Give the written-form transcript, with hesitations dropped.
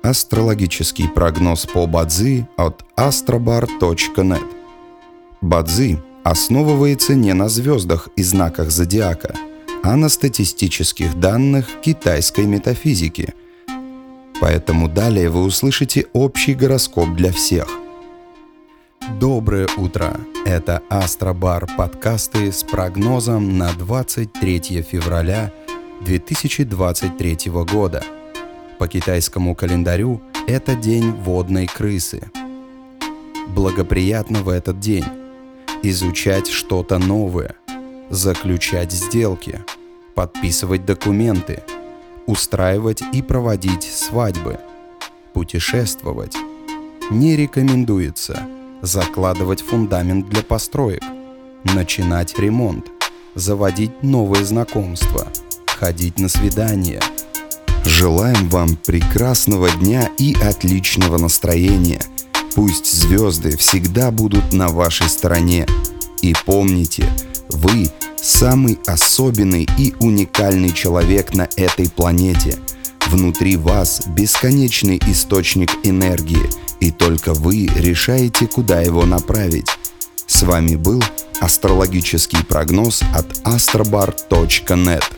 Астрологический прогноз по Бадзи от astrobar.net. Бадзи основывается не на звездах и знаках зодиака, а на статистических данных китайской метафизики. Поэтому далее вы услышите общий гороскоп для всех. Доброе утро! Это Астробар подкасты с прогнозом на 23 февраля 2023 года. По китайскому календарю это день водной крысы. Благоприятно в этот день изучать что-то новое, заключать сделки, подписывать документы, устраивать и проводить свадьбы, путешествовать. Не рекомендуется закладывать фундамент для построек, начинать ремонт, заводить новые знакомства, ходить на свидания. Желаем вам прекрасного дня и отличного настроения. Пусть звезды всегда будут на вашей стороне. И помните, вы самый особенный и уникальный человек на этой планете. Внутри вас бесконечный источник энергии, и только вы решаете, куда его направить. С вами был астрологический прогноз от astrobar.net.